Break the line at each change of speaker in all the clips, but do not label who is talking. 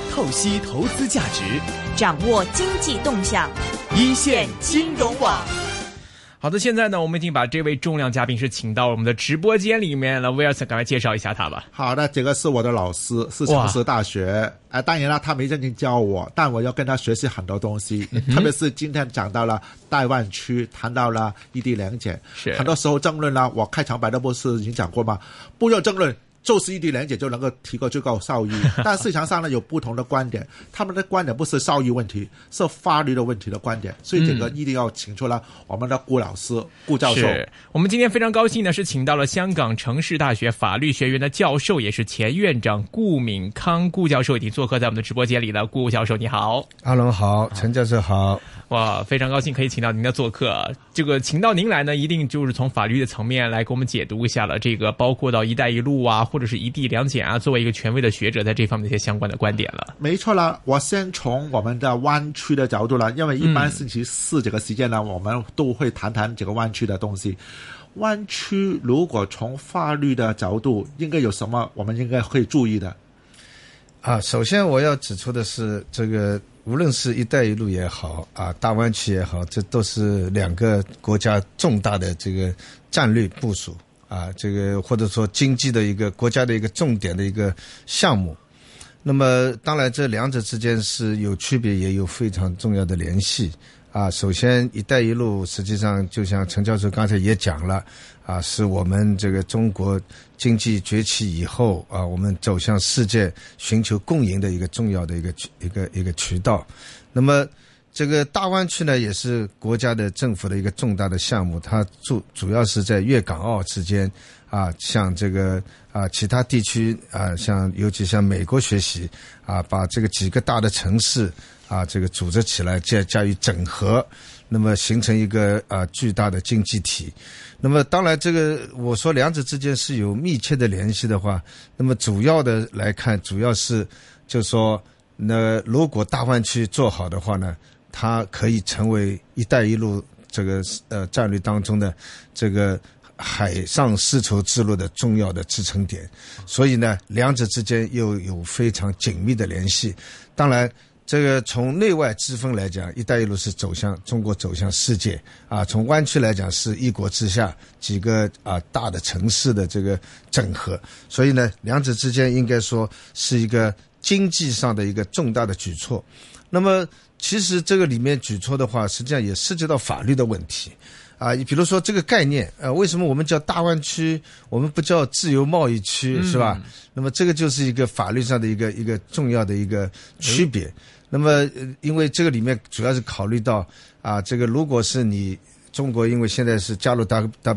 透析投资价值，
掌握经济动向，
一线金融网。
好的，现在呢，我们已经把这位重量嘉宾是请到我们的直播间里面了。威尔森，赶快介绍一下他吧。
好的，这个是我的老师，是城市大学。当然了，他没认真教我，但我要跟他学习很多东西。特别是今天讲到了大湾区，谈到了一地两检，很多时候争论了。我开场白的不是已经讲过吗？不要争论。就是一地两检就能够提高最高效益，但市场上呢有不同的观点，他们的观点不是效益问题，是法律的问题的观点，所以这个一定要请出了我们的顾老师、顾教授。
是我们今天非常高兴呢，是请到了香港城市大学法律学院的教授，也是前院长顾敏康顾教授，已经做客在我们的直播间里了。顾教授你好。
阿龙好，陈教授好。
哇，非常高兴可以请到您的做客。这个请到您来呢，一定就是从法律的层面来给我们解读一下了。这个包括到一带一路啊，或者是一地两检啊，作为一个权威的学者，在这方面的一些相关的观点了。
没错了，我先从我们的湾区的角度了，因为一般星期四这个时间呢，我们都会谈谈这个湾区的东西。湾区如果从法律的角度，应该有什么我们应该会注意的？
首先我要指出的是，这个无论是一带一路也好大湾区也好，这都是两个国家重大的这个战略部署这个或者说经济的一个国家的一个重点的一个项目。那么当然这两者之间是有区别，也有非常重要的联系首先一带一路实际上就像陈教授刚才也讲了是我们这个中国经济崛起以后我们走向世界寻求共赢的一个重要的一个渠道。那么这个大湾区呢，也是国家的政府的一个重大的项目，它主要是在粤港澳之间向这个其他地区尤其像美国学习把这个几个大的城市这个组织起来加以整合，那么形成一个巨大的经济体。那么当然这个我说两者之间是有密切的联系的话，那么主要的来看，主要是就是说那如果大湾区做好的话呢，它可以成为一带一路这个战略当中的这个海上丝绸之路的重要的支撑点，所以呢两者之间又有非常紧密的联系。当然这个从内外之分来讲，一带一路是中国走向世界从湾区来讲是一国之下几个大的城市的这个整合，所以呢两者之间应该说是一个经济上的一个重大的举措。那么其实这个里面举措的话，实际上也涉及到法律的问题比如说这个概念为什么我们叫大湾区，我们不叫自由贸易区是吧？那么这个就是一个法律上的一个重要的一个区别。那么因为这个里面主要是考虑到这个如果是你中国因为现在是加入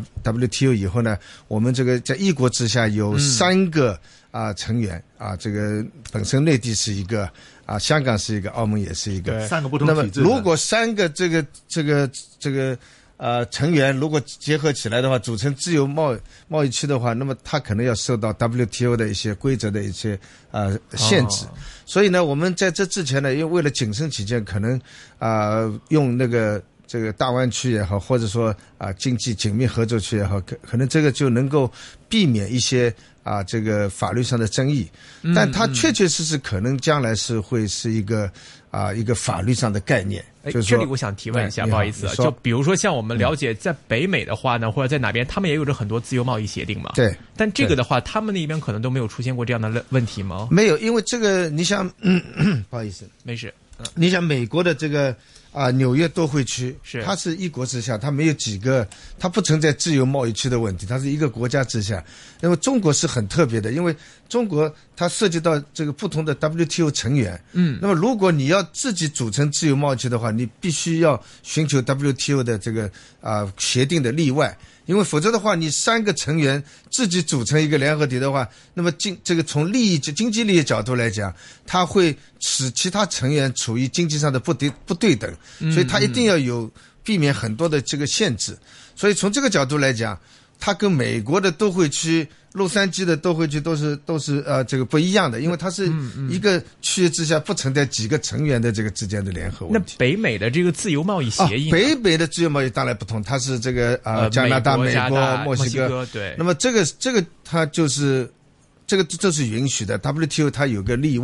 WTO 以后呢，我们这个在一国之下有三个成员这个本身内地是一个香港是一个，澳门也是一个，
三个不同体制。
那么如果三个这个成员如果结合起来的话，组成自由贸易区的话，那么它可能要受到 WTO 的一些规则的一些限制。所以呢，我们在这之前呢，因为为了谨慎起见，可能用这个大湾区也好，或者说经济紧密合作区也好，可能这个就能够避免一些这个法律上的争议。但它确实可能将来是会是一个法律上的概念。就是
这里我想提问一下，不好意思就比如说像我们了解在北美的话呢，或者在哪边，他们也有着很多自由贸易协定嘛。
对。
但这个的话，他们那边可能都没有出现过这样的问题吗？
没有，因为这个你想不好意思，
没事。
你想美国的这个纽约都会区它是一国之下，它没有几个，它不存在自由贸易区的问题，它是一个国家之下。因为中国是很特别的，因为中国它涉及到这个不同的 WTO 成员那么如果你要自己组成自由贸易区的话，你必须要寻求 WTO 的这个协定的例外，因为否则的话，你三个成员自己组成一个联合体的话，那么这个从经济利益角度来讲，它会使其他成员处于经济上的不对等，所以它一定要有避免很多的这个限制。所以从这个角度来讲，它跟美国的都会区、洛杉矶的都会区都是这个不一样的，因为它是一个区域之下不存在几个成员的这个之间的联合问题。
那北美的这个自由贸易协议
北美的自由贸易当然不同，它是这个加拿大、美国、墨西哥，
对。
那么这个它就是这是允许的 ，WTO 它有个例外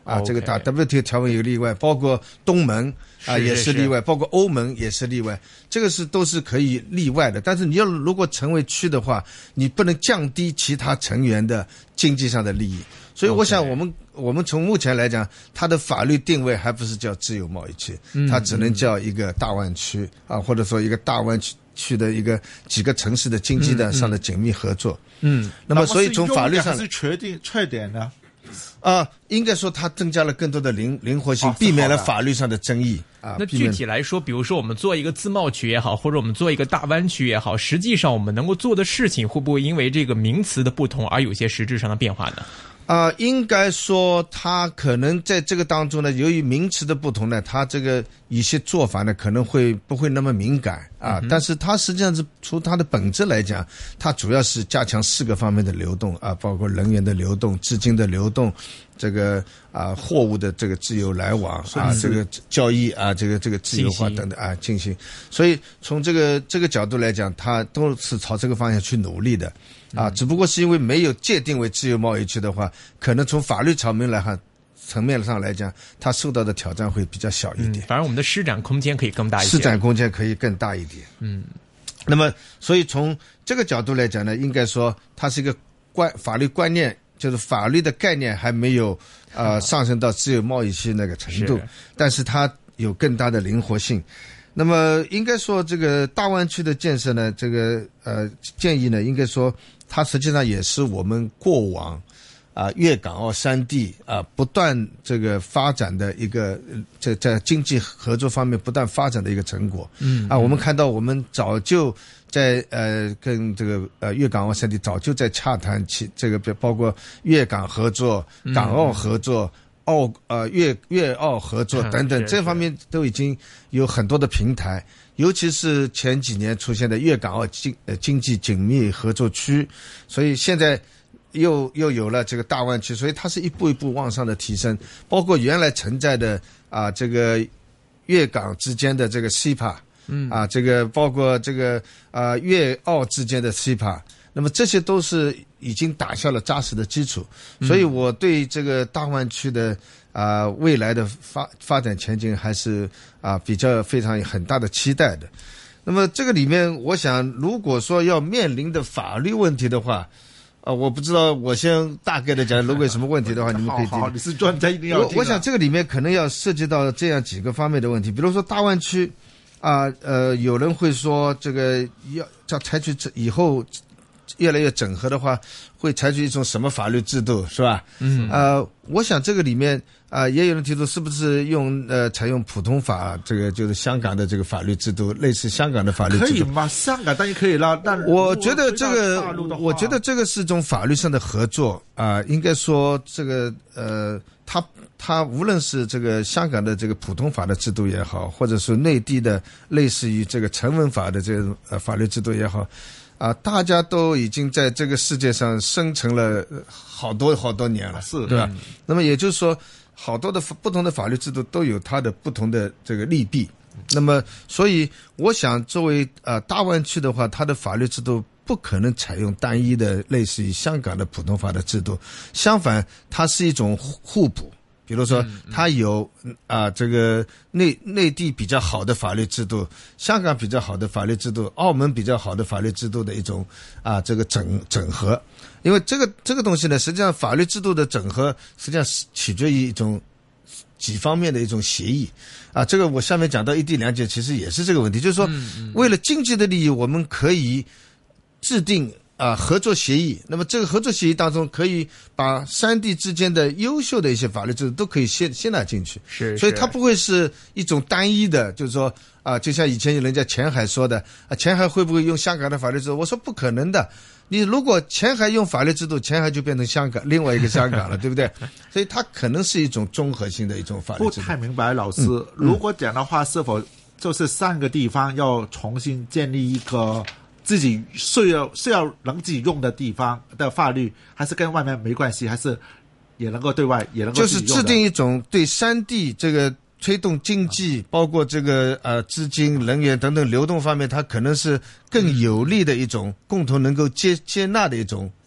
这个打 WTO 条文有例外，包括东盟也是例外，包括欧盟也是例外，这个都是可以例外的。但是你如果成为区的话，你不能降低其他成员的经济上的利益。所以我想我们从目前来讲，它的法律定位还不是叫自由贸易区，它只能叫一个大湾区或者说一个大湾区的一个几个城市的经济上的紧密合作。那么所以从法律上
是缺点呢？
应该说它增加了更多的灵活性，避免了法律上的争议。
那具体来说，比如说我们做一个自贸区也好，或者我们做一个大湾区也好，实际上我们能够做的事情会不会因为这个名词的不同而有些实质上的变化呢？
应该说它可能在这个当中呢，由于名词的不同呢，它这个一些做法呢可能不会那么敏感但是它实际上是从它的本质来讲，它主要是加强4个方面的流动包括人员的流动、资金的流动，这个货物的这个自由来往这个交易这个自由化等等进行。所以从这个角度来讲，它都是朝这个方向去努力的只不过是因为没有界定为自由贸易区的话，可能从法律层面上来讲，它受到的挑战会比较小一点。
反而我们的施展空间可以更大一些。
施展空间可以更大一点。那么所以从这个角度来讲呢，应该说它是一个法律观念，就是法律的概念还没有上升到自由贸易区那个程度，但是它有更大的灵活性。那么应该说这个大湾区的建设呢，这个建议呢，应该说它实际上也是我们过往粤港澳3地不断这个发展的一个在经济合作方面不断发展的一个成果。我们看到我们早就在跟这个粤港澳3地早就在洽谈这个包括粤港合作、港澳合作、粤澳合作等等，这方面都已经有很多的平台，尤其是前几年出现的粤港澳经济紧密合作区，所以现在又有了这个大湾区，所以它是一步一步往上的提升，包括原来存在的这个粤港之间的这个 CEPA，这个包括这个粤澳之间的 CEPA， 那么这些都是已经打下了扎实的基础，所以我对这个大湾区的未来的发展前景还是比较非常很大的期待的。那么这个里面，我想如果说要面临的法律问题的话，我不知道，我先大概的讲，如果有什么问题的话，你们可以听。
好，你是专家，一定要听。
我想这个里面可能要涉及到这样几个方面的问题，比如说大湾区有人会说这个要采取以后越来越整合的话，会采取一种什么法律制度，是吧？我想这个里面也有人提出是不是采用普通法，这个就是香港的这个法律制度，类似香港的法律制度。
可以吗？香港当然可以啦，但
我觉得这个是一种法律上的合作应该说这个它无论是这个香港的这个普通法的制度也好，或者是内地的类似于这个成文法的这种法律制度也好大家都已经在这个世界上生存了好多年了，
是
对吧？那么也就是说，好多的不同的法律制度都有它的不同的这个利弊。那么，所以我想，作为大湾区的话，它的法律制度不可能采用单一的类似于香港的普通法的制度，相反，它是一种互补。比如说，它有这个内地比较好的法律制度，香港比较好的法律制度，澳门比较好的法律制度的一种这个整合。因为这个东西呢，实际上法律制度的整合，实际上取决于一种几方面的一种协议这个我下面讲到一地两检，其实也是这个问题，就是说，为了经济的利益，我们可以制定合作协议，那么这个合作协议当中可以把3地之间的优秀的一些法律制度都可以吸纳进去，所以它不会是一种单一的，就是说就像以前人家前海说的前海会不会用香港的法律制度？我说不可能的，你如果前海用法律制度，前海就变成香港另外一个香港了，对不对？所以它可能是一种综合性的一种法律制度。
不太明白老师，如果讲的话，是否就是3个地方要重新建立一个自己是要能自己用的地方的法律，还是跟外面没关系，还是也能够对外也能够
就是制定一种对3地这个推动经济，包括这个资金、人员等等流动方面，它可能是更有利的一种共同能够接纳的一种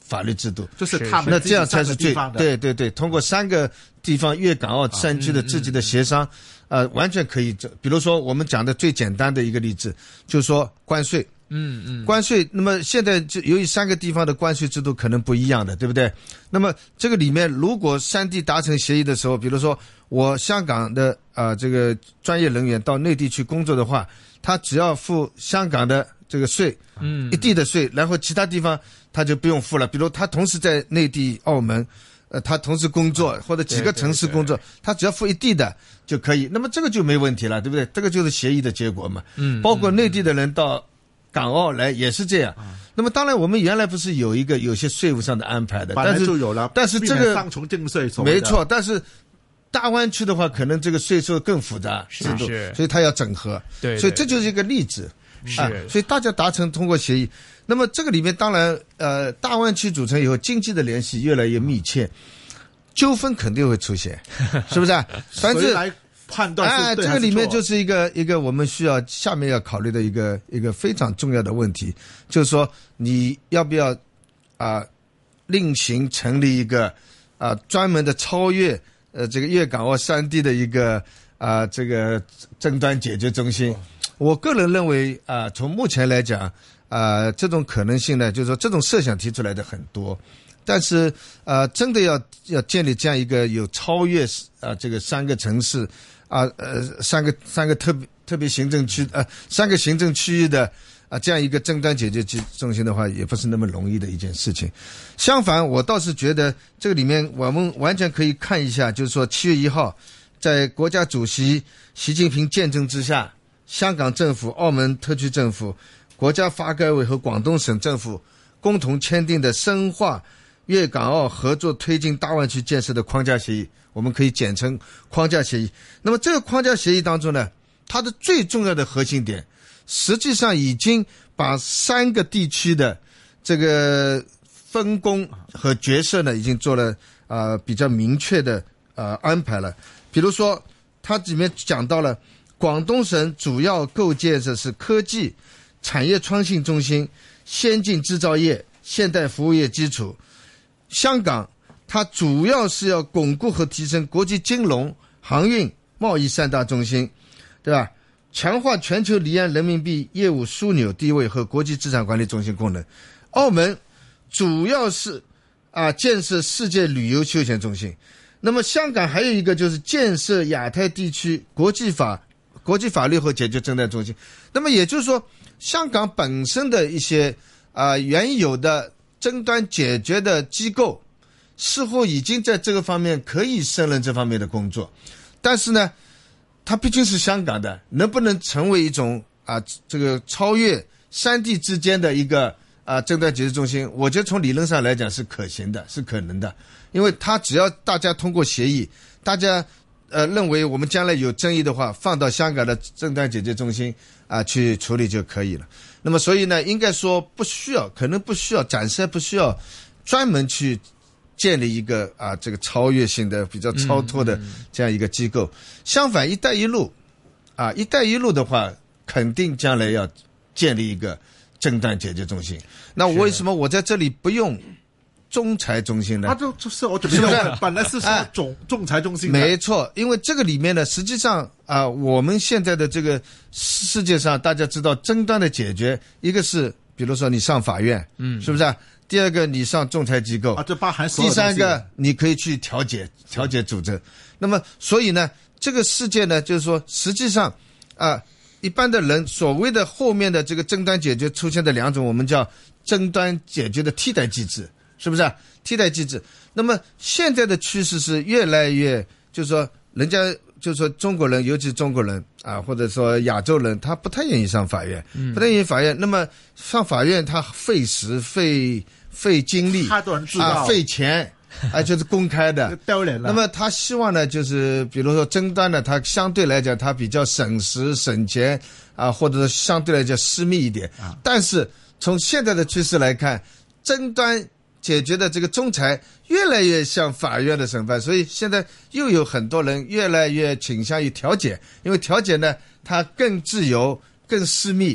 法律制度，
就是他们
那这样才是最对，通过3个地方粤港澳3区的自己的协商，完全可以。比如说我们讲的最简单的一个例子，就是说关税。关税，那么现在就由于3个地方的关税制度可能不一样的，对不对？那么这个里面如果3地达成协议的时候，比如说我香港的这个专业人员到内地去工作的话，他只要付香港的这个税，一地的税，然后其他地方他就不用付了。比如他同时在内地、澳门，他同时工作或者几个城市工作，他只要付一地的就可以。那么这个就没问题了，对不对？这个就是协议的结果嘛。包括内地的人到港澳来也是这样。那么当然我们原来不是有些税务上的安排的，
本来就有了，
但是这个
双重竞税
没错，但是大湾区的话可能这个税收更复杂制度，所以它要整合。对，所以这就是一个例子。所以大家达成通过协议，那么这个里面当然大湾区组成以后，经济的联系越来越密切，纠纷肯定会出现，是不是？反正
来判断
这个里面就是一个我们需要下面要考虑的一个非常重要的问题，就是说你要不要另行成立一个专门的超越这个粤港澳3地的一个这个争端解决中心。我个人认为从目前来讲这种可能性呢，就是说这种设想提出来的很多，但是真的要建立这样一个有超越这个3个城市三个特别行政区3个行政区域的这样一个争端解决中心的话，也不是那么容易的一件事情。相反，我倒是觉得这个里面我们完全可以看一下，就是说7月1号在国家主席习近平见证之下，香港政府、澳门特区政府、国家发改委和广东省政府共同签订的深化粤港澳合作推进大湾区建设的框架协议，我们可以简称框架协议。那么这个框架协议当中呢，它的最重要的核心点，实际上已经把3个地区的这个分工和角色呢，已经做了比较明确的安排了。比如说，它里面讲到了广东省主要构建的是科技、产业创新中心、先进制造业、现代服务业基础。香港它主要是要巩固和提升国际金融、航运、贸易3大中心，对吧？强化全球离岸人民币业务枢纽地位和国际资产管理中心功能。澳门主要是建设世界旅游休闲中心。那么香港还有一个就是建设亚太地区国际法律和解决争端中心。那么也就是说，香港本身的一些原有的争端解决的机构似乎已经在这个方面可以胜任这方面的工作，但是呢，它毕竟是香港的，能不能成为一种这个超越3地之间的一个争端解决中心，我觉得从理论上来讲是可行的，是可能的。因为它只要大家通过协议，大家认为我们将来有争议的话，放到香港的争端解决中心去处理就可以了。那么所以呢，应该说可能不需要，暂时不需要专门去建立一个这个超越性的比较超脱的这样一个机构。相反，一带一路的话，肯定将来要建立一个争端解决中心。那为什么我在这里不用仲裁中心呢？
就是我准备用，本来是说仲裁中心。
没错，因为这个里面呢，实际上我们现在的这个世界上，大家知道争端的解决，一个是比如说你上法院，是不是？第二个你上仲裁机构，
这包含所有
东西。第3个你可以去调解组织。那么所以呢，这个世界呢，就是说实际上一般的人所谓的后面的这个争端解决出现的2种，我们叫争端解决的替代机制，是不是？替代机制。那么现在的趋势是越来越，就是说人家就是说中国人，尤其是中国人或者说亚洲人，他不太愿意上法院，不太愿意法院。那么上法院他费时费精力，
太多人知道，
费钱。就是公开的，
丢脸了。
那么他希望呢，就是比如说争端呢，他相对来讲他比较省时省钱或者相对来讲私密一点。但是从现在的趋势来看，争端解决的这个仲裁越来越像法院的审判，所以现在又有很多人越来越倾向于调解，因为调解呢它更自由、更私密。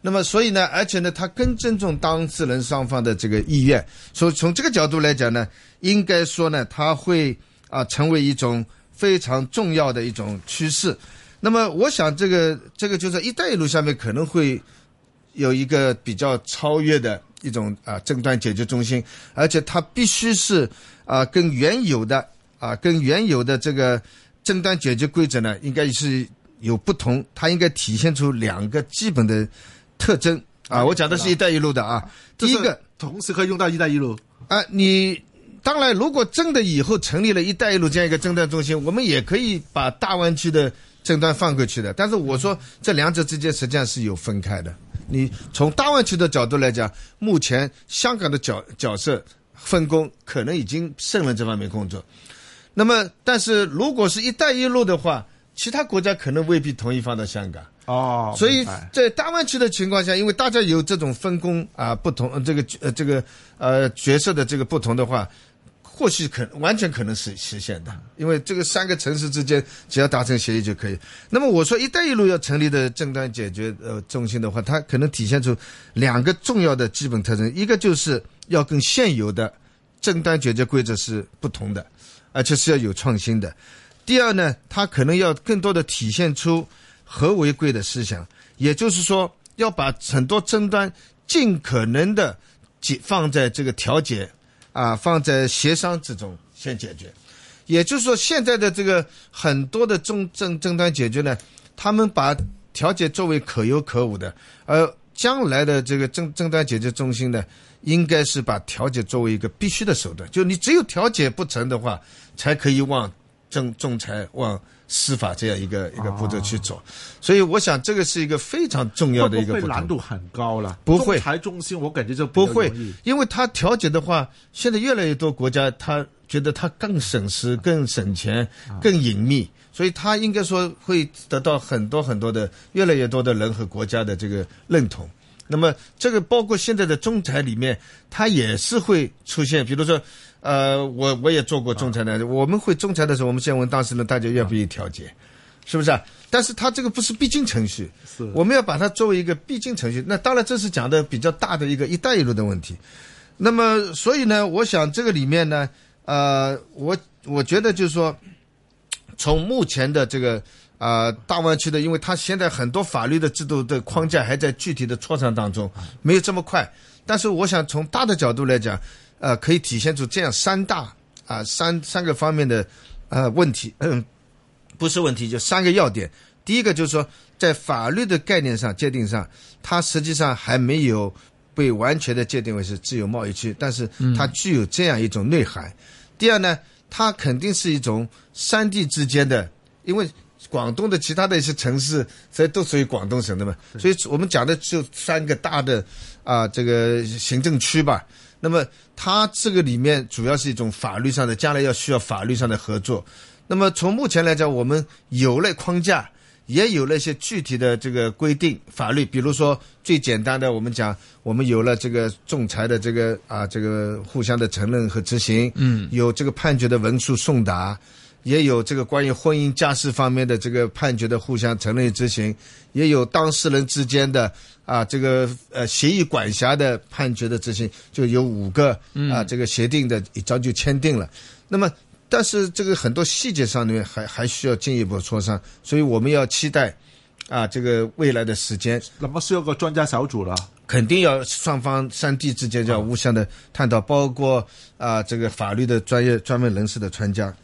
那么所以呢，而且呢，他更尊重当事人双方的这个意愿，所以从这个角度来讲呢，应该说呢，他会成为一种非常重要的一种趋势。那么我想这个就是一带一路下面可能会有一个比较超越的一种争端解决中心，而且它必须是跟原有的这个争端解决规则呢，应该是有不同，它应该体现出两个基本的特征我讲的是一带一路的第一个
同时可以用到一带一路
你当然如果真的以后成立了一带一路这样一个争端中心，我们也可以把大湾区的争端放过去的，但是我说这两者之间实际上是有分开的。你从大湾区的角度来讲，目前香港的角色分工可能已经胜任这方面工作，那么但是如果是一带一路的话，其他国家可能未必同意放到香港所以在大湾区的情况下，因为大家有这种分工不同这个角色的这个不同的话，或许完全可能是实现的，因为这个三个城市之间只要达成协议就可以。那么我说一带一路要成立的争端解决中心的话，它可能体现出两个重要的基本特征，一个就是要跟现有的争端解决规则是不同的，而且是要有创新的。第二呢，它可能要更多的体现出和为贵的思想，也就是说要把很多争端尽可能的放在这个调解放在协商之中先解决。也就是说现在的这个很多的争端解决呢，他们把调解作为可有可无的，而将来的这个争端解决中心呢，应该是把调解作为一个必须的手段，就你只有调解不成的话，才可以往仲裁往司法这样一个步骤去走。所以我想这个是一个非常重要的一个
会不会难度很高了？
不会，
仲裁中心我感觉就
不会，因为他调解的话，现在越来越多国家他觉得他更省时、更省钱、更隐秘，所以他应该说会得到很多很多的越来越多的人和国家的这个认同。那么这个包括现在的仲裁里面，它也是会出现，比如说我也做过仲裁的，我们会仲裁的时候，我们先问当事人大家愿不愿意调解，是不是但是它这个不是必经程序，我们要把它作为一个必经程序。那当然这是讲的比较大的一个一带一路的问题。那么所以呢，我想这个里面呢我觉得就是说从目前的这个大湾区的，因为它现在很多法律的制度的框架还在具体的磋商当中，没有这么快，但是我想从大的角度来讲可以体现出这样三个方面的问题，不是问题，就三个要点。第一个就是说在法律的概念上界定上，它实际上还没有被完全的界定为是自由贸易区，但是它具有这样一种内涵。第二呢，它肯定是一种三地之间的，因为广东的其他的一些城市这都属于广东省的嘛，所以我们讲的就三个大的这个行政区吧。那么它这个里面主要是一种法律上的，将来要需要法律上的合作。那么从目前来讲，我们有了框架，也有了一些具体的这个规定法律，比如说最简单的，我们讲我们有了这个仲裁的这个这个互相的承认和执行，有这个判决的文书送达，也有这个关于婚姻家事方面的这个判决的互相承认执行，也有当事人之间的这个协议管辖的判决的执行，就有5个这个协定的一早就签订了。那么但是这个很多细节上面还需要进一步磋商，所以我们要期待这个未来的时间。
那么需要个专家小组了，
肯定要双方三地之间要互相的探讨，包括这个法律的专门人士的专家。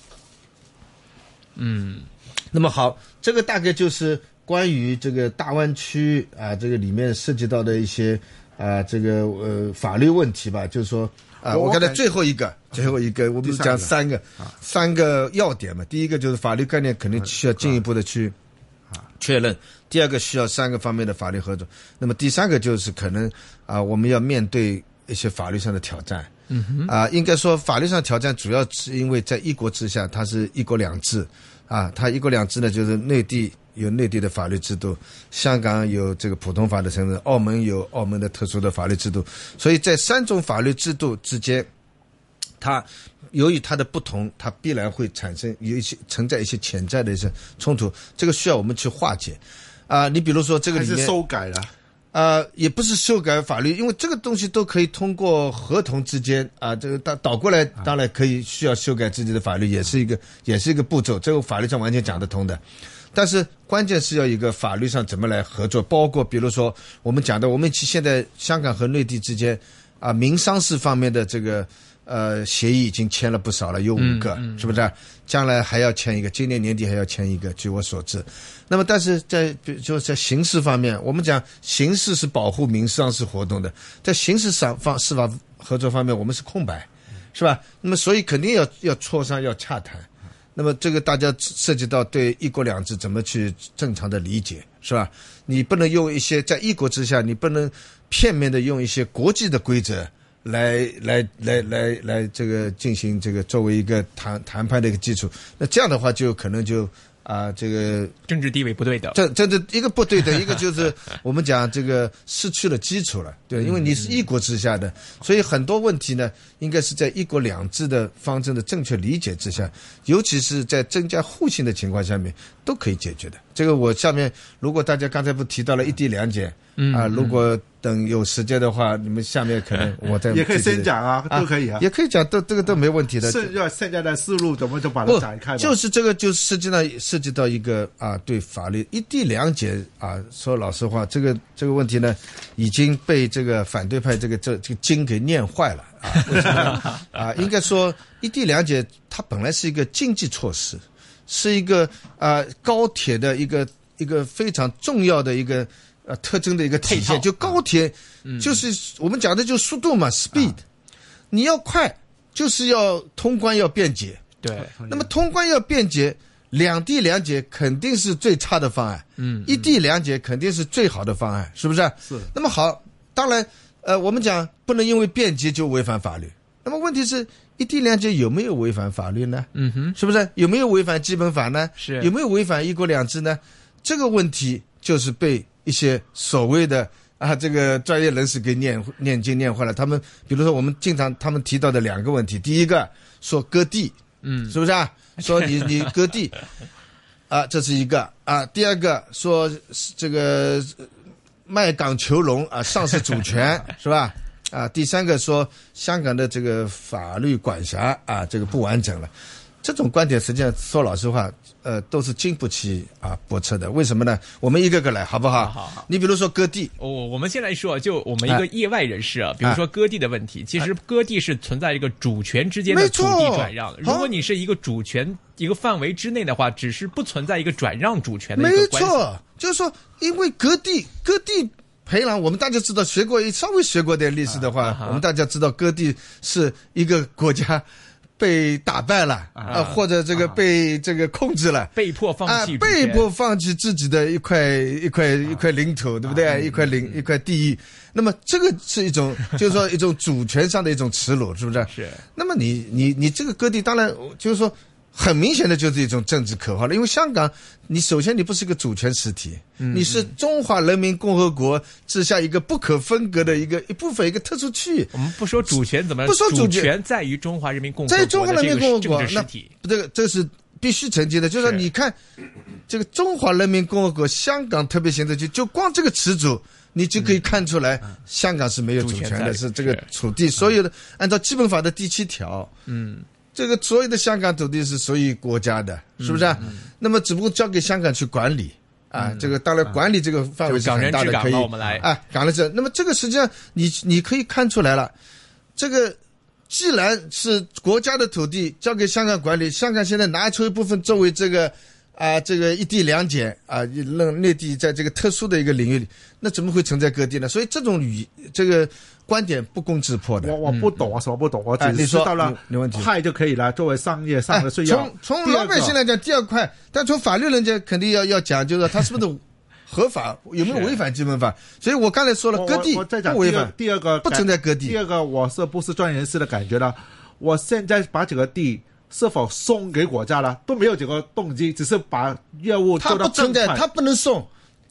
那么好，这个大概就是关于这个大湾区这个里面涉及到的一些这个法律问题吧，就是说我刚才最后一个我们讲三个要点嘛。第一个就是法律概念肯定需要进一步的去确认，第二个需要3个方面的法律合作，那么第3个就是可能我们要面对一些法律上的挑战。应该说法律上的挑战主要是因为在一国之下，它是一国两制它一国两制呢，就是内地有内地的法律制度，香港有这个普通法的成分，澳门有澳门的特殊的法律制度，所以在3种法律制度之间，它由于它的不同，它必然会存在一些潜在的一些冲突，这个需要我们去化解。你比如说这个里面
还是修改了
也不是修改法律，因为这个东西都可以通过合同之间这个倒过来，当然可以需要修改自己的法律，也是一个步骤，这个法律上完全讲得通的。但是关键是要一个法律上怎么来合作，包括比如说我们讲的，我们现在香港和内地之间民商事方面的这个协议已经签了不少了，有5个，是不是？将来还要签一个，今年年底还要签一个，据我所知。那么但是就是在刑事方面，我们讲刑事是保护民商事活动的，在刑事司法合作方面我们是空白，是吧？那么所以肯定要磋商，要洽谈。那么这个大家涉及到对一国两制怎么去正常的理解，是吧？你不能用一些在一国之下，你不能片面的用一些国际的规则来这个进行这个作为一个谈判的一个基础。那这样的话就可能就这个
政治地位不对的，
这一个不对的，一个就是我们讲这个失去了基础了，对，因为你是一国之下的，所以很多问题呢，应该是在一国两制的方针的正确理解之下，尤其是在增加互信的情况下面，都可以解决的。这个我下面如果大家刚才不提到了一地两检，如果等有时间的话，你们下面可能我再
也可以先讲都可以
也可以讲，这个都没问题的。
现在的思路怎么就把它展开？
就是这个，就涉及到一个对法律一地两检说老实话，这个问题呢，已经被这个反对派这个经给念坏了为什么呢？应该说一地两检它本来是一个经济措施，是一个高铁的一个非常重要的一个特征的一个体现。就高铁就是我们讲的就是速度嘛 speed，你要快就是要通关要便捷，
对，
那么通关要便捷，两地两检肯定是最差的方案，一地两检肯定是最好的方案，是不是？
是。
那么好，当然我们讲不能因为便捷就违反法律，那么问题是一地两检有没有违反法律呢？是不是？有没有违反基本法呢？
是。
有没有违反一国两制呢？这个问题就是被一些所谓的这个专业人士给念经念坏了。他们比如说我们经常他们提到的2个问题，第一个说割地，是不是说你割地这是一个第二个说这个卖港求荣丧失主权是吧？第三个说香港的这个法律管辖这个不完整了。这种观点实际上说老实话都是经不起驳斥的。为什么呢？我们一个个来好不好？
好。
你比如说割地，
我们先来说，就我们一个业外人士比如说割地的问题，其实割地是存在一个主权之间的土地转让。如果你是一个主权一个范围之内的话，只是不存在一个转让主权的一个关系。
没错，就是说因为割地培养，我们大家知道稍微学过点历史的话，我们大家知道割地是一个国家被打败了或者这个被这个控制了，
被迫
放弃自己的一块领土，对不对？一块地域。那么这个是一种就是说一种主权上的一种耻辱，是不是？
是。
那么你这个割地，当然就是说很明显的就是一种政治口号了。因为香港，你首先你不是一个主权实体，你是中华人民共和国之下一个不可分割的一部分，一个特殊区域。
我们不说主权怎么，
不说
主权在于中华人民共和国，
在中华人民共和国
政治实体。
这是必须承接的。就是说你看这个中华人民共和国香港特别行政区，就光这个词组你就可以看出来，香港是没有主权的，是这个土地所有的按照基本法的第7条，这个所有的香港土地是属于国家的，是不是那么只不过交给香港去管理这个当然管理这个范围是很大的，可以
我们来
港人治。那么这个实际上你可以看出来了，这个既然是国家的土地交给香港管理，香港现在拿出一部分作为这个一地两检让内地在这个特殊的一个领域里，那怎么会存在割地呢？所以这种这个观点不攻自破的。
我不懂什么不懂，我只知道了快就可以了，作为商业上的税要。
从老百姓来讲，第二块，但从法律人家肯定要讲，就是他是不是合法，有没有违反基本法？所以我刚才说了，割地不违反。
第二个
不存在割地。
第二个我是不是专业人士的感觉呢？我现在把这个地是否送给国家了都没有这个动机，只是把业务做到正快。
他不能送。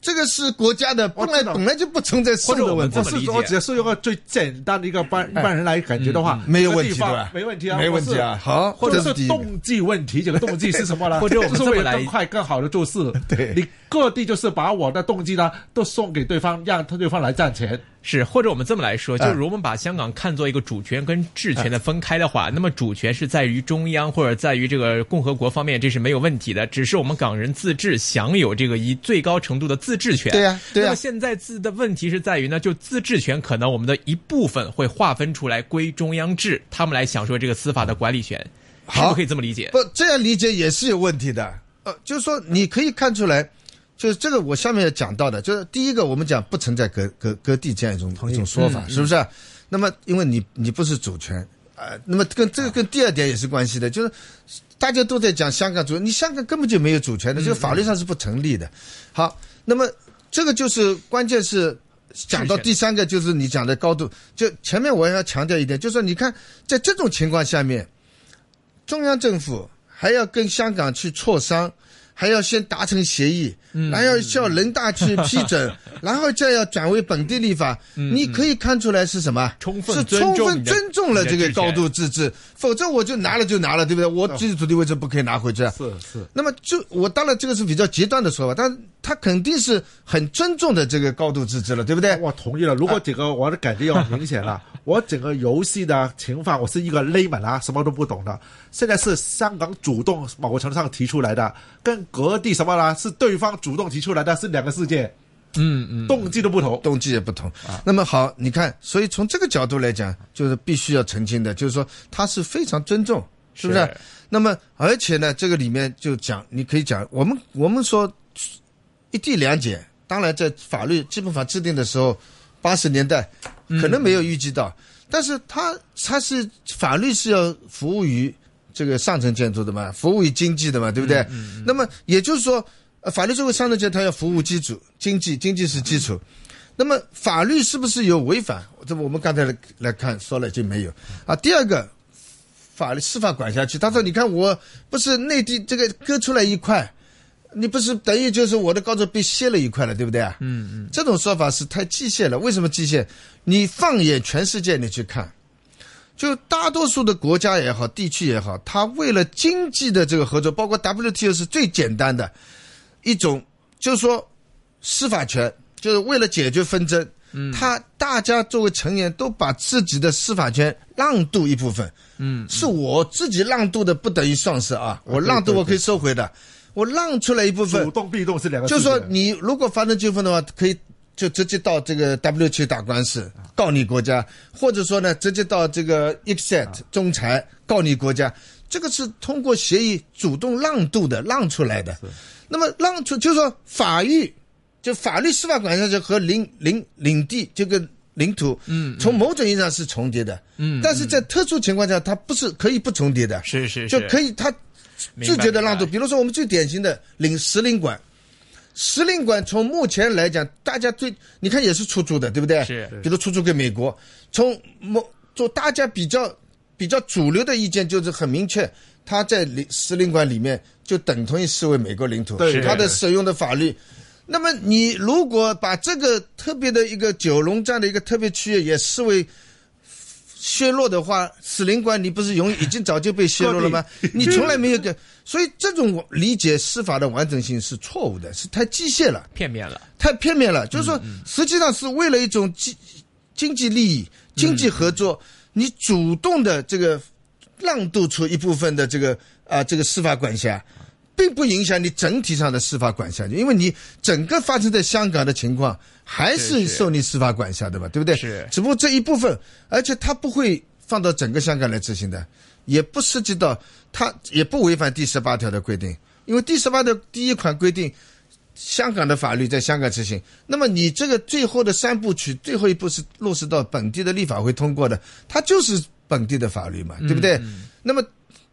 这个是国家的，本来就不存在送的问题。
我只是用个最简单的一个一般人来感觉的话，
没有问题对吧？
没问题啊，
没问题啊。好，
或者是动机问题，这个动机是什么呢？
或者我们
就是为了更快更好的做事。
对，
你各地就是把我的动机呢都送给对方，让对方来赚钱。
是，或者我们这么来说，就是如果我们把香港看作一个主权跟治权的分开的话，那么主权是在于中央或者在于这个共和国方面，这是没有问题的。只是我们港人自治享有这个以最高程度的自治权。
对呀，对呀。
那么现在的问题是在于呢，就自治权可能我们的一部分会划分出来归中央制，他们来享受这个司法的管理权，是不是可以这么理解？
不，这样理解也是有问题的。就是说你可以看出来。就是这个，我下面要讲到的，就是第一个，我们讲不存在割地这样一种说法，是不是？那么，因为你不是主权，那么跟第二点也是关系的，就是大家都在讲香港主权，你香港根本就没有主权的，这个法律上是不成立的。好，那么这个就是关键是讲到第三个，就是你讲的高度。就前面我要强调一点，就是说你看在这种情况下面，中央政府还要跟香港去磋商。还要先达成协议，然后叫人大去批准，然后再要转为本地立法。你可以看出来是什么？
充分
尊重了这个高度自治，否则我就拿了，对不对？我自己土地为什么不可以拿回去？
是。
那么我当然这个是比较极端的说法，但他肯定是很尊重的这个高度自治了，对不对？
我同意了。如果整个我的感觉要明显了，我整个游戏的情况，我是一个layman啊，什么都不懂的。现在是香港主动某个程度上提出来的，跟各地什么呢？是对方主动提出来的，是两个世界。动机都不同，
动机也不同。那么好，你看，所以从这个角度来讲，就是必须要澄清的，就是说他是非常尊重，是不是？那么而且呢，这个里面就讲，你可以讲，我们说一地两检，当然在法律基本法制定的时候，80年代可能没有预计到，但是它是法律是要服务于这个上层建筑的嘛，服务于经济的嘛，对不对？那么也就是说，法律作为上层建筑，它要服务基础，经济是基础。那么法律是不是有违反？这我们刚才来看说了就没有啊。第二个，法律司法管辖区，他说你看我不是内地这个割出来一块，你不是等于就是我的高度被削了一块了，对不对啊？这种说法是太机械了。为什么机械？你放眼全世界你去看，就大多数的国家也好，地区也好，它为了经济的这个合作，包括 WTO 是最简单的一种，就是说司法权，就是为了解决纷争，大家作为成员都把自己的司法权让渡一部分，是我自己让渡的，不等于上市啊，我让渡我可以收回的，我让出来一部分，
主动被动是两个，
就是说你如果发生纠纷的话，可以就直接到这个 WTO 打官司告你国家，或者说呢直接到这个 ICSID 仲裁告你国家，这个是通过协议主动让渡的，让出来的。那么让出就是说法律司法管辖权和领地这个领土，从某种意义上是重叠的，但是在特殊情况下它不是可以不重叠的，
是
就可以它自觉的让渡。比如说我们最典型的使领馆，使领馆从目前来讲，大家你看也是出租的，对不对？
是，
比如出租给美国，做大家比较主流的意见就是很明确，它在使领馆里面就等同于视为美国领土，它的使用的法律。那么你如果把这个特别的一个九龙这样的一个特别区域也视为削弱的话，使领馆你不是已经早就被削弱了吗？你从来没有所以这种理解司法的完整性是错误的，是太机械了，太片面了。就是说，实际上是为了一种经济利益、经济合作，你主动的这个让渡出一部分的这个司法管辖，并不影响你整体上的司法管辖，因为你整个发生在香港的情况还是受你司法管辖的吧，对不对？
是，
只不过这一部分，而且它不会放到整个香港来执行的，也不涉及到，它也不违反第18条的规定，因为第18条第1款规定，香港的法律在香港执行，那么你这个最后的3部曲，最后一步是落实到本地的立法会通过的，它就是本地的法律嘛，对不对？那么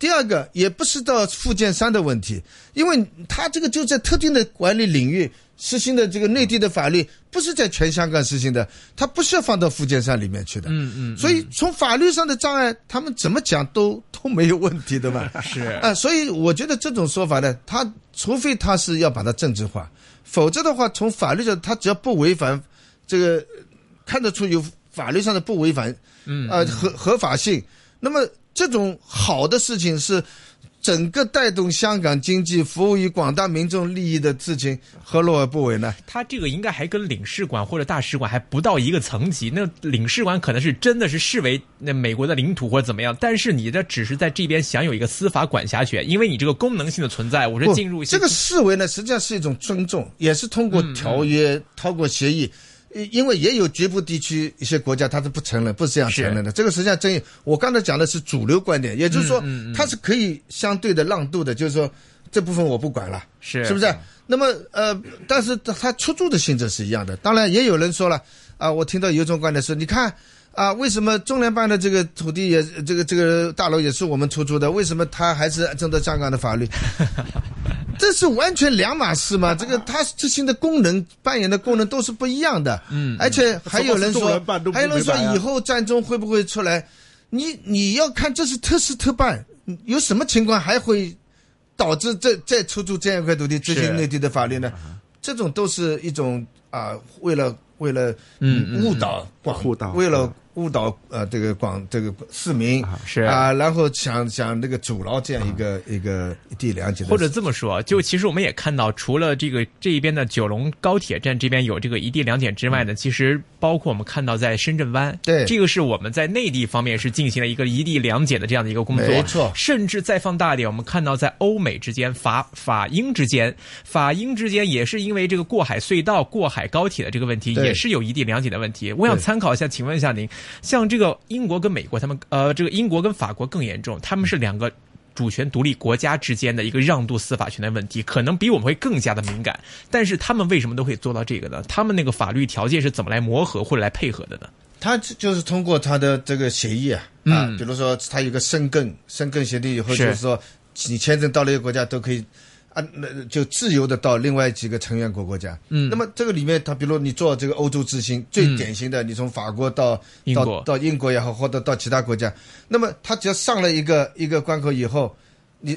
第二个也不是到福建山的问题，因为他这个就在特定的管理领域实行的这个内地的法律，不是在全香港实行的，他不需要放到福建山里面去的。所以从法律上的障碍，他们怎么讲都没有问题的嘛。
是
啊，所以我觉得这种说法呢，他除非他是要把它政治化，否则的话，从法律上他只要不违反这个看得出有法律上的不违反，合法性，那么这种好的事情是整个带动香港经济、服务于广大民众利益的事情，何乐而不为呢？
他这个应该还跟领事馆或者大使馆还不到一个层级。那领事馆可能是真的是视为那美国的领土或者怎么样，但是你这只是在这边享有一个司法管辖权，因为你这个功能性的存在，我是进入
这个视为呢，实际上是一种尊重，也是通过条约、通过协议。因为也有局部地区一些国家它是不承认，不是这样承认的。这个实际上争议，我刚才讲的是主流观点，也就是说它是可以相对的让渡的，就是说这部分我不管了，是不是？那么但是它出租的性质是一样的。当然也有人说了我听到有一种观点是，你看为什么中联办的这个土地也这个大楼也是我们出租的，为什么它还是遵照香港的法律？这是完全两码事嘛？这个它执行的功能、扮演的功能都是不一样的。而且还有人说，以后战争会不会出来？你要看这是特事特办，有什么情况还会导致再出租这样一块土地执行内地的法律呢？这种都是一种为了误导为了误导这个市民然后想那个阻挠这样一个一地两检的，
或者这么说，就其实我们也看到，除了这一边的九龙高铁站这边有这个一地两检之外呢，其实包括我们看到在深圳湾，
对，
这个是我们在内地方面是进行了一个一地两检的这样的一个工作，
没错。
甚至再放大一点，我们看到在欧美之间、法英之间也是因为这个过海隧道、过海高铁的这个问题，也是有一地两检的问题。我想参考一下，请问一下您，像这个英国跟美国，他们这个英国跟法国更严重，他们是两个主权独立国家之间的一个让渡司法权的问题，可能比我们会更加的敏感。但是他们为什么都可以做到这个呢？他们那个法律条件是怎么来磨合或者来配合的呢？
他就是通过他的这个协议比如说他有个申根协定以后，就是说你签证到了一个国家都可以就自由的到另外几个成员国家。那么这个里面，他比如你做这个欧洲之星，最典型的，你从法国到英国也好，或者到其他国家，那么他只要上了一个关口以后，你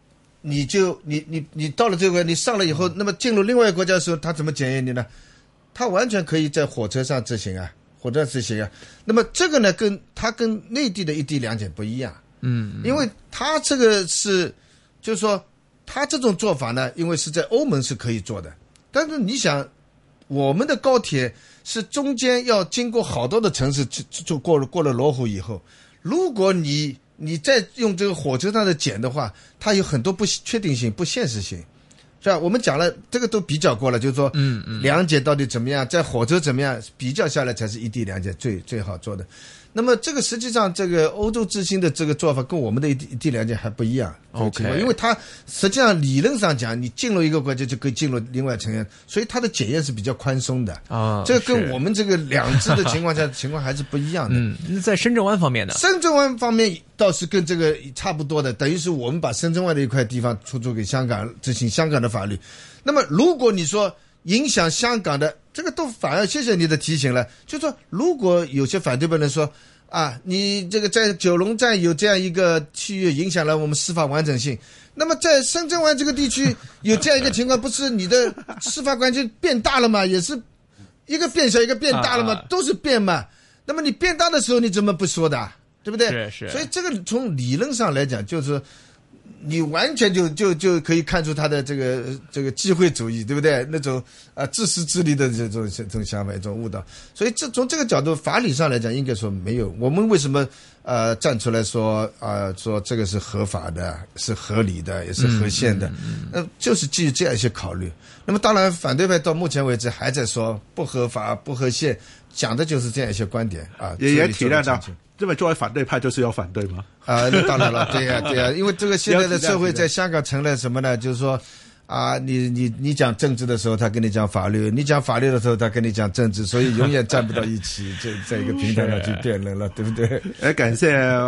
到了这个，你上了以后，那么进入另外一个国家的时候，他怎么检验你呢？他完全可以在火车上执行那么这个呢，跟内地的一地两检不一样。因为他这个是，就是说。他这种做法呢，因为是在欧盟是可以做的，但是你想，我们的高铁是中间要经过好多的城市，就过了罗湖以后，如果你再用这个火车上的检的话，它有很多不确定性、不现实性，是吧？我们讲了，这个都比较过了，就是说，两检到底怎么样，在火车怎么样，比较下来才是一地两检最好做的。那么这个实际上，这个欧洲之星的这个做法跟我们的一地两检还不一样。因为它实际上理论上讲，你进入一个国家就可以进入另外成员，所以它的检验是比较宽松的这个跟我们这个两制的情况下情况还是不一样的。
那在深圳湾方面呢？
深圳湾方面倒是跟这个差不多的，等于是我们把深圳湾的一块地方出租给香港，执行香港的法律。那么如果你说影响香港的，这个都反而谢谢你的提醒了，就是说如果有些反对派人说你这个在九龙站有这样一个区域影响了我们司法完整性，那么在深圳湾这个地区有这样一个情况，不是你的司法关系变大了吗？也是一个变小一个变大了吗？都是变嘛。那么你变大的时候你怎么不说的，对不对？
是。
所以这个从理论上来讲，就是你完全就可以看出他的这个机会主义，对不对？那种自私自利的这种想法，一种误导。所以从这个角度，法理上来讲，应该说没有。我们为什么站出来说说这个是合法的，是合理的，也是合宪的？就是基于这样一些考虑。那么当然，反对派到目前为止还在说不合法、不合宪，讲的就是这样一些观点
也体谅到。这么作为反对派就是要反对吗？
那当然了，对呀，因为这个现在的社会在香港成了什么呢？就是说你讲政治的时候，他跟你讲法律；你讲法律的时候，他跟你讲政治，所以永远站不到一起，就在一个平台上去辩论了，对不对？
感谢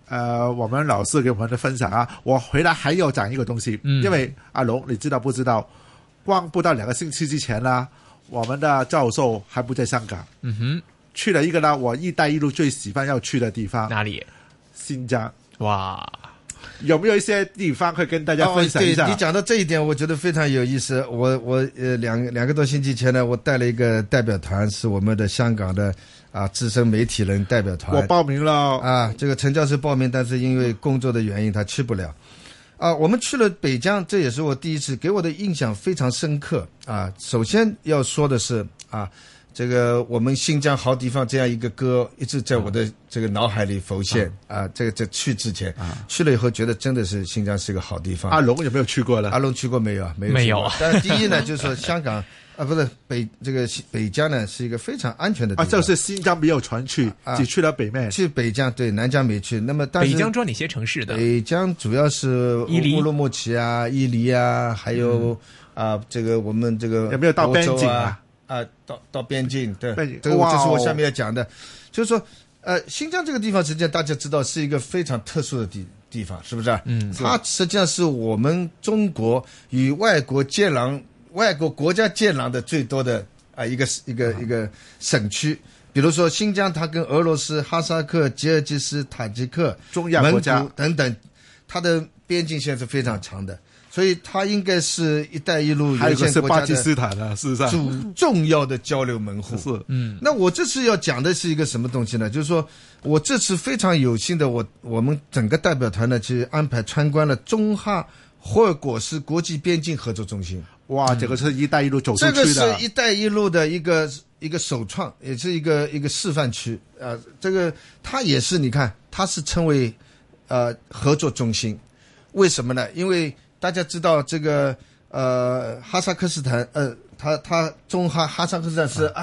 我们老师给我们的分享啊，我回来还要讲一个东西，因为阿龙，你知道不知道？光不到2个星期之前呢，我们的教授还不在香港，去了一个呢，我一带一路最喜欢要去的地方，
哪里？
新疆。
哇，
有没有一些地方可以跟大家分享一下？
对，你讲到这一点，我觉得非常有意思。我两个多星期前呢，我带了一个代表团，是我们的香港的资深媒体人代表团。
我报名了
这个陈教授报名，但是因为工作的原因他去不了。我们去了北疆，这也是我第一次，给我的印象非常深刻首先要说的是这个我们新疆好地方这样一个歌一直在我的这个脑海里浮现这个在去之前去了以后觉得真的是新疆是个好地方。
阿龙有没有去过呢？
阿龙去过没有？没有。但是第一呢，就是说香港不是北疆呢是一个非常安全的地方
就是新疆没有船去只去了北面。
去北疆，对，南疆没去。那么但是
北疆主要哪些城市的？
北疆主要是乌鲁木齐伊犁还有这个我们这个
有没有到边境
到边境，对，这个就是我下面要讲的，就是说新疆这个地方实际上大家知道是一个非常特殊的地方，是不是？它实际上是我们中国与外国国家接壤的最多的一个省区。比如说新疆，它跟俄罗斯、哈萨克、吉尔吉斯、塔吉克、
中亚国家
蒙古等等，它的边境线是非常长的。所以它应该是一带一路
还有一个是巴基斯坦的，事实上
重要的交流门户。
是，
那我这次要讲的是一个什么东西呢？就是说我这次非常有幸的，我们整个代表团呢去安排参观了中哈霍尔果斯国际边境合作中心。
哇，这个是一带一路走出去的。
这个是一带一路的一个首创，也是一个示范区这个它也是你看，它是称为合作中心。为什么呢？因为大家知道这个哈萨克斯坦它中哈萨克斯坦是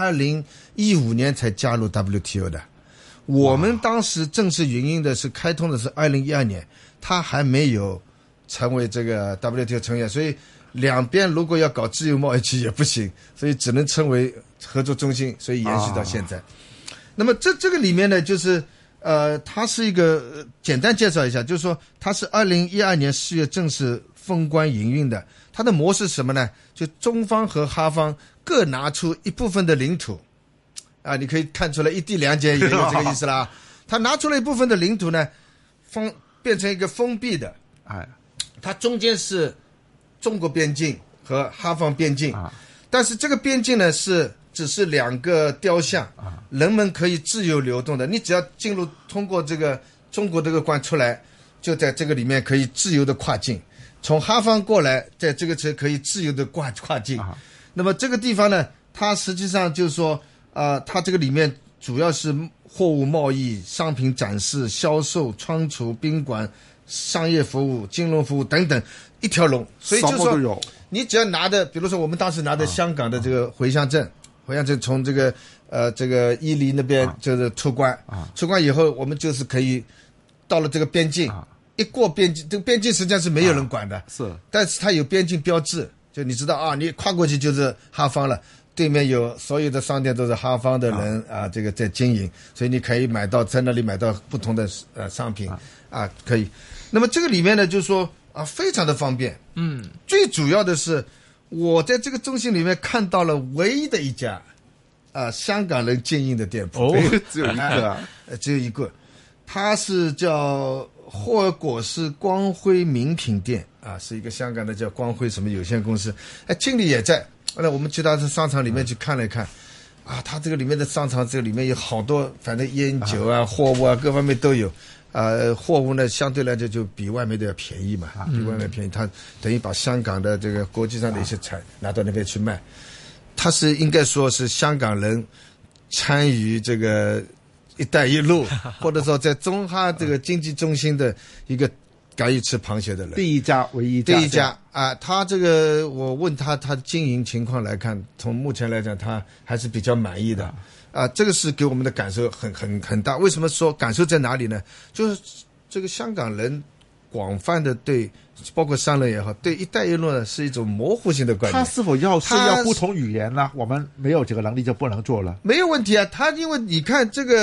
2015年才加入 WTO 的。我们当时正式营运的是开通的是2012年，它还没有成为这个 WTO 成员，所以两边如果要搞自由贸易区也不行，所以只能称为合作中心，所以延续到现在。那么这个里面呢，就是它是一个简单介绍一下，就是说它是2012年4月正式封关营运的。它的模式是什么呢？就中方和哈方各拿出一部分的领土你可以看出来一地两检也有这个意思啦。他拿出了一部分的领土呢，变成一个封闭的，它中间是中国边境和哈方边境，但是这个边境呢只是两个雕像，人们可以自由流动的，你只要通过这个中国这个关出来，就在这个里面可以自由的跨境，从哈方过来，在这个车可以自由的跨境。那么这个地方呢，它实际上就是说它这个里面主要是货物贸易、商品展示、销售、仓储、宾馆、商业服务、金融服务等等一条龙。所以就是说你只要拿的，比如说我们当时拿的香港的这个回乡证从这个伊犁那边就是出关以后，我们就是可以到了这个边境，一过边境，这个边境实际上是没有人管的，
是，但
是它有边境标志，就你知道你跨过去就是哈方了，对面有所有的商店都是哈方的人这个在经营，所以你可以在那里买到不同的商品可以。那么这个里面呢，就是说非常的方便。最主要的是我在这个中心里面看到了唯一的一家香港人经营的店铺，
只有一个
只有一个，它是叫霍尔果斯光辉名品店是一个香港的叫光辉什么有限公司，经理也在。那我们去他的商场里面去看了一看他这个里面的商场，这个里面有好多反正烟酒货物各方面都有。货物呢相对来讲就比外面的要便宜嘛，比外面便宜，它等于把香港的这个国际上的一些产拿到那边去卖。它是应该说是香港人参与这个一带一路或者说在中哈这个经济中心的一个敢于吃螃蟹的人，
第一家
他这个我问他的经营情况来看，从目前来讲他还是比较满意的。这个是给我们的感受很大。为什么说感受在哪里呢？就是这个香港人广泛的对，包括商人也好，对一带一路呢是一种模糊性的观念。
他是否要不同语言呢？我们没有这个能力就不能做了？
没有问题他因为你看这个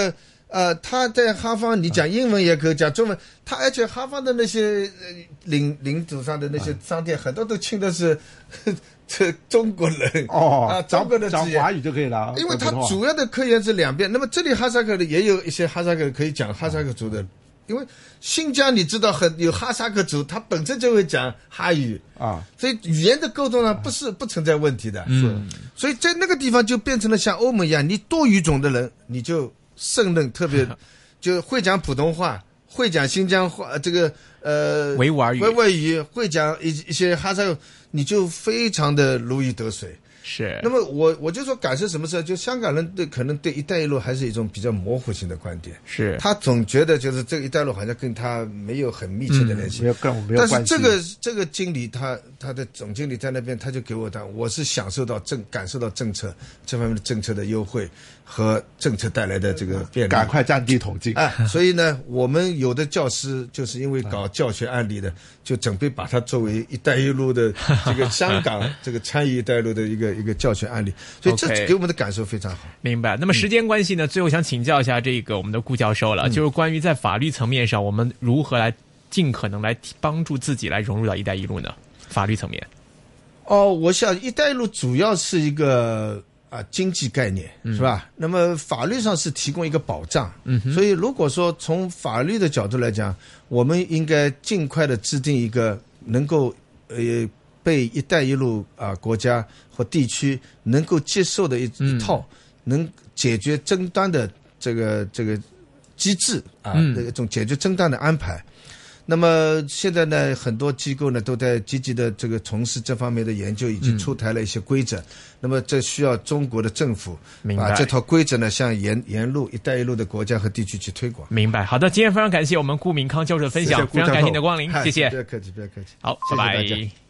他在哈方，你讲英文也可以，讲中文，而且哈方的那些领土上的那些商店，很多都请的是这中国人中国的
讲华语就可以了，
因为他主要的科研是两边。那么这里哈萨克的也有一些哈萨克可以讲哈萨克族的。因为新疆你知道有哈萨克族，他本身就会讲哈语所以语言的沟通呢不存在问题的。所以在那个地方就变成了像欧盟一样，你多语种的人你就胜任，特别就会讲普通话，会讲新疆话，这个
维吾尔
语，会讲一些哈萨克，你就非常的如鱼得水。
是。
那么我就说感受什么事，就香港人可能对一带一路还是一种比较模糊性的观点。
是。
他总觉得就是这个一带一路好像跟他没有很密切的联系。
没有关系。
但是这个经理他的总经理在那边，他就给我我是感受到政策这方面的政策的优惠和政策带来的这个便利。
赶快降低统计。
所以呢，我们有的教师就是因为搞教学案例的，就准备把它作为一带一路的这个香港这个参与一带一路的一个教学案例，所以这给我们的感受非常好。
明白。那么时间关系呢，最后想请教一下这个我们的顾教授了，就是关于在法律层面上，我们如何来尽可能来帮助自己来融入到一带一路呢？法律层面。
我想一带一路主要是一个经济概念，是吧？那么法律上是提供一个保障。所以如果说从法律的角度来讲，我们应该尽快的制定一个能够被一带一路国家或地区能够接受的一套能解决争端的这个机制一种解决争端的安排。那么现在呢，很多机构呢都在积极的这个从事这方面的研究，已经出台了一些规则。那么这需要中国的政府把这套规则呢向沿路一带一路的国家和地区去推广。
明白。好的，今天非常感谢我们顾明康教授的分享，非常感谢你的光临，谢谢。
不要客气，不要客气。
好，拜拜。